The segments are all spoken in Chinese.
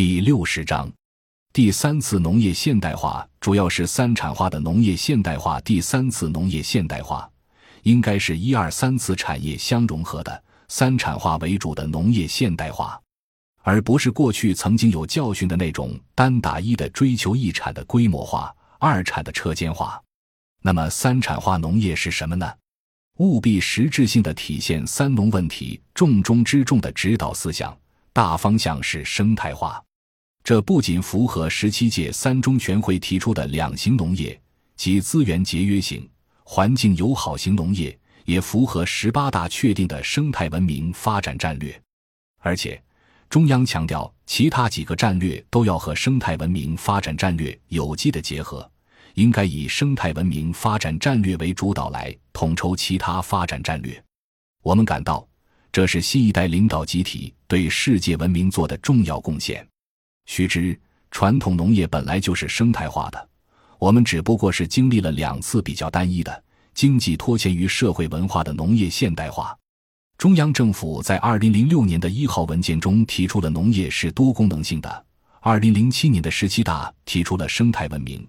第60章，第三次农业现代化主要是三产化的农业现代化。第三次农业现代化应该是1、2、3次产业相融合的三产化为主的农业现代化，而不是过去曾经有教训的那种单打一的追求一产的规模化、二产的车间化。那么三产化农业是什么呢？务必实质性地体现三农问题重中之重的指导思想，大方向是生态化。这不仅符合17届三中全会提出的两型农业，即资源节约型、环境友好型农业，也符合18大确定的生态文明发展战略。而且中央强调其他几个战略都要和生态文明发展战略有机的结合，应该以生态文明发展战略为主导来统筹其他发展战略。我们感到这是新一代领导集体对世界文明做的重要贡献。须知传统农业本来就是生态化的，我们只不过是经历了2次比较单一的经济脱欠于社会文化的农业现代化。中央政府在2006年的1号文件中提出了农业是多功能性的，2007年的17大提出了生态文明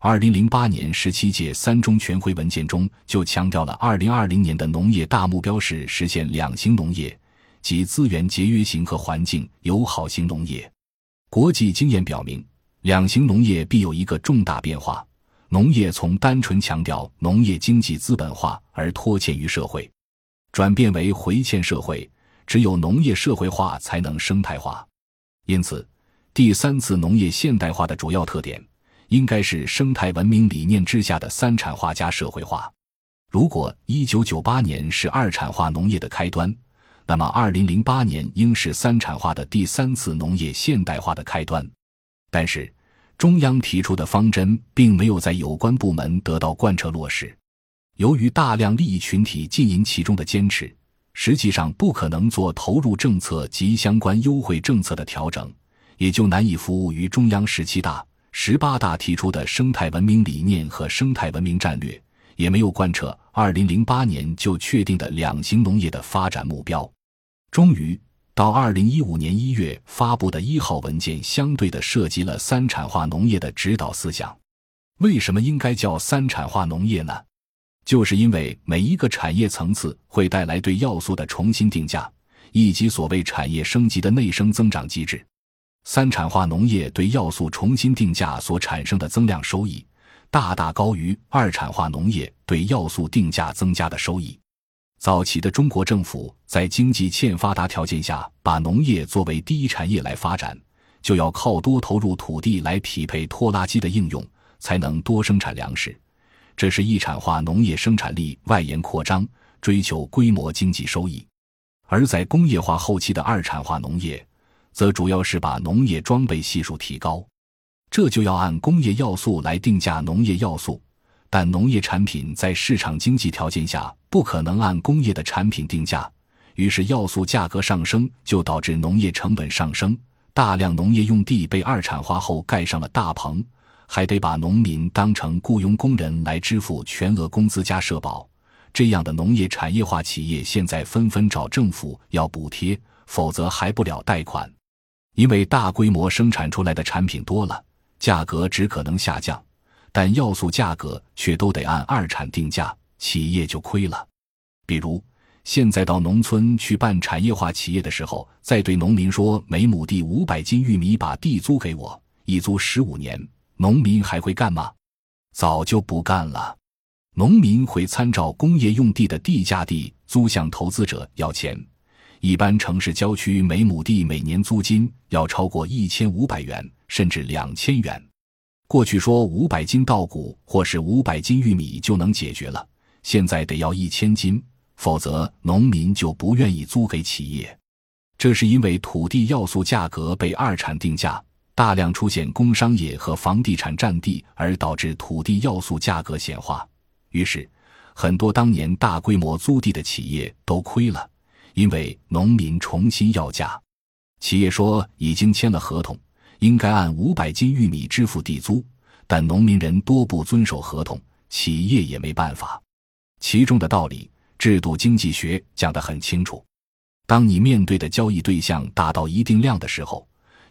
，2008年17届三中全会文件中就强调了2020年的农业大目标是实现两型农业，即资源节约型和环境友好型农业。国际经验表明，两型农业必有一个重大变化，农业从单纯强调农业经济资本化而脱欠于社会，转变为回欠社会，只有农业社会化才能生态化。因此，第三次农业现代化的主要特点应该是生态文明理念之下的三产化加社会化。如果1998年是二产化农业的开端，那么2008年应是三产化的第三次农业现代化的开端。但是中央提出的方针并没有在有关部门得到贯彻落实，由于大量利益群体浸淫其中的坚持，实际上不可能做投入政策及相关优惠政策的调整，也就难以服务于中央17大、18大提出的生态文明理念和生态文明战略，也没有贯彻2008年就确定的两型农业的发展目标。终于到2015年1月发布的1号文件相对地涉及了三产化农业的指导思想。为什么应该叫三产化农业呢？就是因为每一个产业层次会带来对要素的重新定价，以及所谓产业升级的内生增长机制。三产化农业对要素重新定价所产生的增量收益，大大高于二产化农业对要素定价增加的收益。早期的中国政府在经济欠发达条件下，把农业作为第一产业来发展，就要靠多投入土地来匹配拖拉机的应用，才能多生产粮食。这是一产化农业生产力外延扩张，追求规模经济收益。而在工业化后期的二产化农业，则主要是把农业装备系数提高，这就要按工业要素来定价农业要素，但农业产品在市场经济条件下不可能按工业的产品定价，于是要素价格上升就导致农业成本上升，大量农业用地被二产化后盖上了大棚，还得把农民当成雇佣工人来支付全额工资加社保。这样的农业产业化企业现在纷纷找政府要补贴，否则还不了贷款。因为大规模生产出来的产品多了，价格只可能下降，但要素价格却都得按二产定价，企业就亏了。比如现在到农村去办产业化企业的时候，再对农民说每亩地500斤玉米，把地租给我，一租15年，农民还会干吗？早就不干了。农民会参照工业用地的地价地租向投资者要钱，一般城市郊区每亩地每年租金要超过1500元，甚至2000元。过去说500斤稻谷或是500斤玉米就能解决了，现在得要1000斤，否则农民就不愿意租给企业。这是因为土地要素价格被二产定价，大量出现工商业和房地产占地，而导致土地要素价格显化。于是很多当年大规模租地的企业都亏了，因为农民重新要价。企业说已经签了合同，应该按500斤玉米支付地租，但农民人多不遵守合同，企业也没办法。其中的道理，制度经济学讲得很清楚。当你面对的交易对象达到一定量的时候，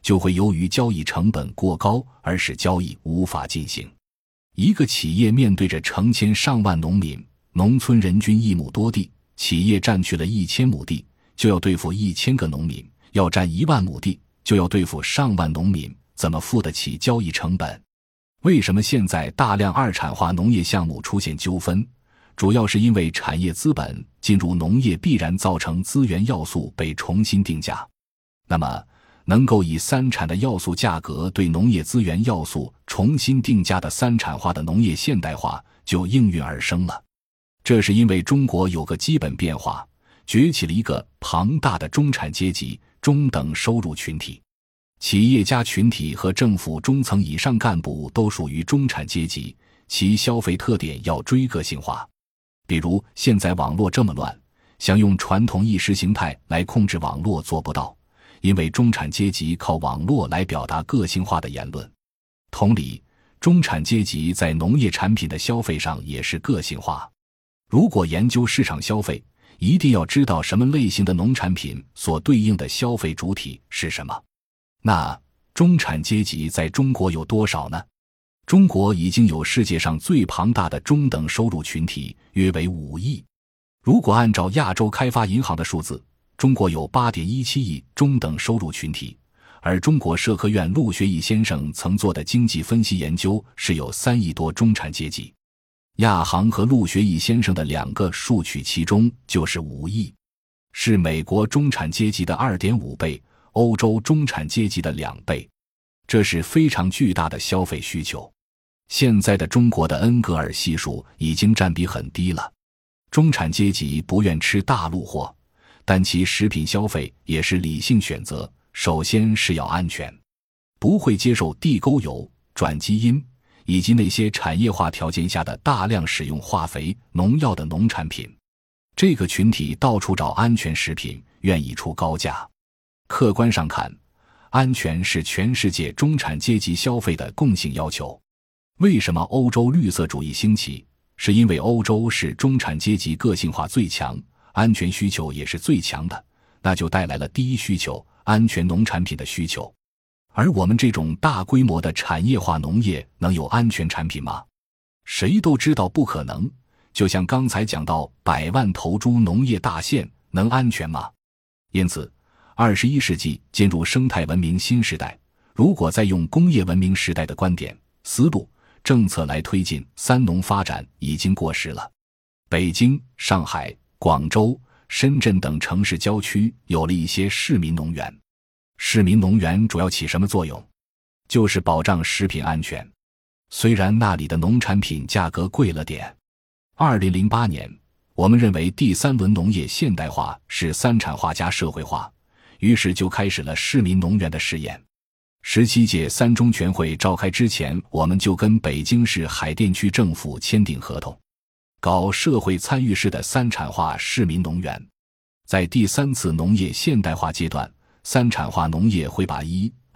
就会由于交易成本过高而使交易无法进行。一个企业面对着成千上万农民，农村人均1亩多地，企业占据了1000亩地，就要对付1000个农民，要占1万亩地，就要对付上万农民，怎么付得起交易成本？为什么现在大量二产化农业项目出现纠纷？主要是因为产业资本进入农业必然造成资源要素被重新定价。那么，能够以三产的要素价格对农业资源要素重新定价的三产化的农业现代化就应运而生了。这是因为中国有个基本变化，崛起了一个庞大的中产阶级、中等收入群体。企业家群体和政府中层以上干部都属于中产阶级，其消费特点要追个性化。比如现在网络这么乱，想用传统意识形态来控制网络做不到，因为中产阶级靠网络来表达个性化的言论。同理，中产阶级在农业产品的消费上也是个性化。如果研究市场消费，一定要知道什么类型的农产品所对应的消费主体是什么。那中产阶级在中国有多少呢？中国已经有世界上最庞大的中等收入群体，约为5亿。如果按照亚洲开发银行的数字，中国有 8.17 亿中等收入群体，而中国社科院陆学义先生曾做的经济分析研究是有3亿多中产阶级。亚行和陆学义先生的2个数取其中就是5亿，是美国中产阶级的 2.5 倍，欧洲中产阶级的2倍。这是非常巨大的消费需求。现在的中国的恩格尔系数已经占比很低了。中产阶级不愿吃大陆货，但其食品消费也是理性选择，首先是要安全，不会接受地沟油、转基因以及那些产业化条件下的大量使用化肥、农药的农产品。这个群体到处找安全食品，愿意出高价。客观上看，安全是全世界中产阶级消费的共性要求。为什么欧洲绿色主义兴起？是因为欧洲是中产阶级个性化最强，安全需求也是最强的，那就带来了第一需求，安全农产品的需求。而我们这种大规模的产业化农业能有安全产品吗？谁都知道不可能。就像刚才讲到100万头猪农业大县，能安全吗？因此21世纪进入生态文明新时代，如果再用工业文明时代的观点、思路、政策来推进三农发展已经过时了。北京、上海、广州、深圳等城市郊区有了一些市民农园。市民农园主要起什么作用？就是保障食品安全。虽然那里的农产品价格贵了点。2008年，我们认为第3轮农业现代化是三产化加社会化，于是就开始了市民农园的试验。17届三中全会召开之前，我们就跟北京市海淀区政府签订合同，搞社会参与式的三产化市民农园。在第3次农业现代化阶段，三产化农业会把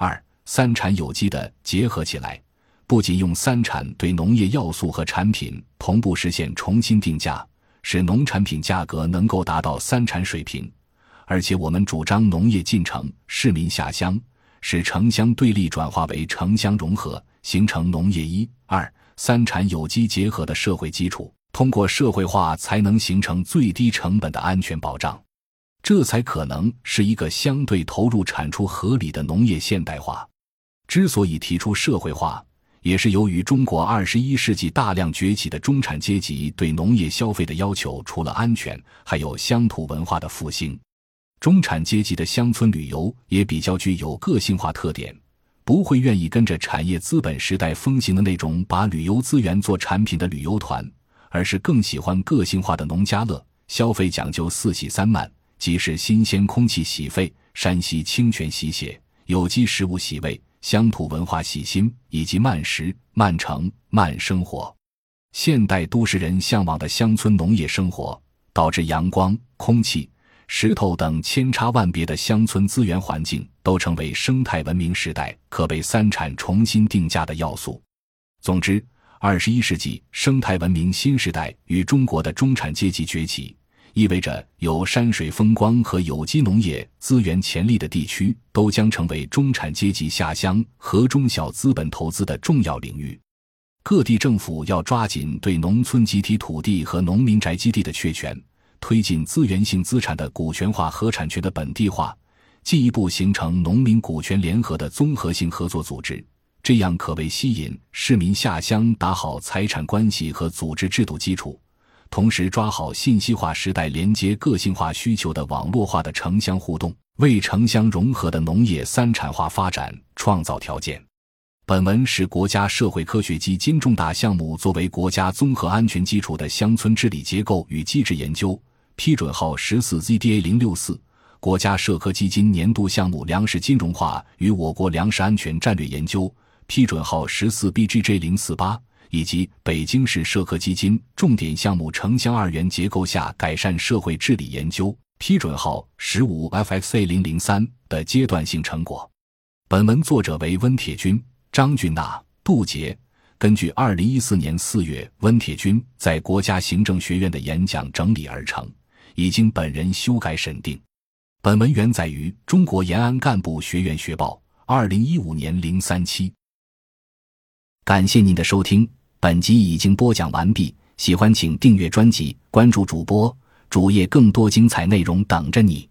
1、2、3产有机的结合起来，不仅用三产对农业要素和产品同步实现重新定价，使农产品价格能够达到三产水平，而且我们主张农业进城，市民下乡，使城乡对立转化为城乡融合，形成农业1、2、3产有机结合的社会基础。通过社会化才能形成最低成本的安全保障，这才可能是一个相对投入产出合理的农业现代化。之所以提出社会化，也是由于中国21世纪大量崛起的中产阶级对农业消费的要求，除了安全，还有乡土文化的复兴。中产阶级的乡村旅游也比较具有个性化特点，不会愿意跟着产业资本时代风行的那种把旅游资源做产品的旅游团，而是更喜欢个性化的农家乐，消费讲究4喜3慢，即是新鲜空气洗肺、山西清泉洗血、有机食物洗胃、乡土文化洗心，以及慢食、慢城、慢生活。现代都市人向往的乡村农业生活，导致阳光、空气、石头等千差万别的乡村资源环境都成为生态文明时代可被三产重新定价的要素。总之，21世纪生态文明新时代与中国的中产阶级崛起， 意味着有山水风光和有机农业资源潜力的地区都将成为中产阶级下乡和中小资本投资的重要领域。各地政府要抓紧对农村集体土地和农民宅基地的确权，推进资源性资产的股权化和产权的本地化，进一步形成农民股权联合的综合性合作组织，这样可为吸引市民下乡打好财产关系和组织制度基础，同时抓好信息化时代连接个性化需求的网络化的城乡互动，为城乡融合的农业三产化发展创造条件。本文是国家社会科学基金重大项目作为国家综合安全基础的乡村治理结构与机制研究，批准号 14ZDA064， 国家社科基金年度项目粮食金融化与我国粮食安全战略研究，批准号 14BGJ048， 以及北京市社科基金重点项目城乡二元结构下改善社会治理研究，批准号 15FXA003 的阶段性成果。本文作者为温铁军、张俊娜、杜杰，根据2014年4月温铁军在国家行政学院的演讲整理而成，已经本人修改审定。本文原载于中国延安干部学院学报2015年03期。感谢您的收听，本集已经播讲完毕，喜欢请订阅专辑，关注主播，主页更多精彩内容等着你。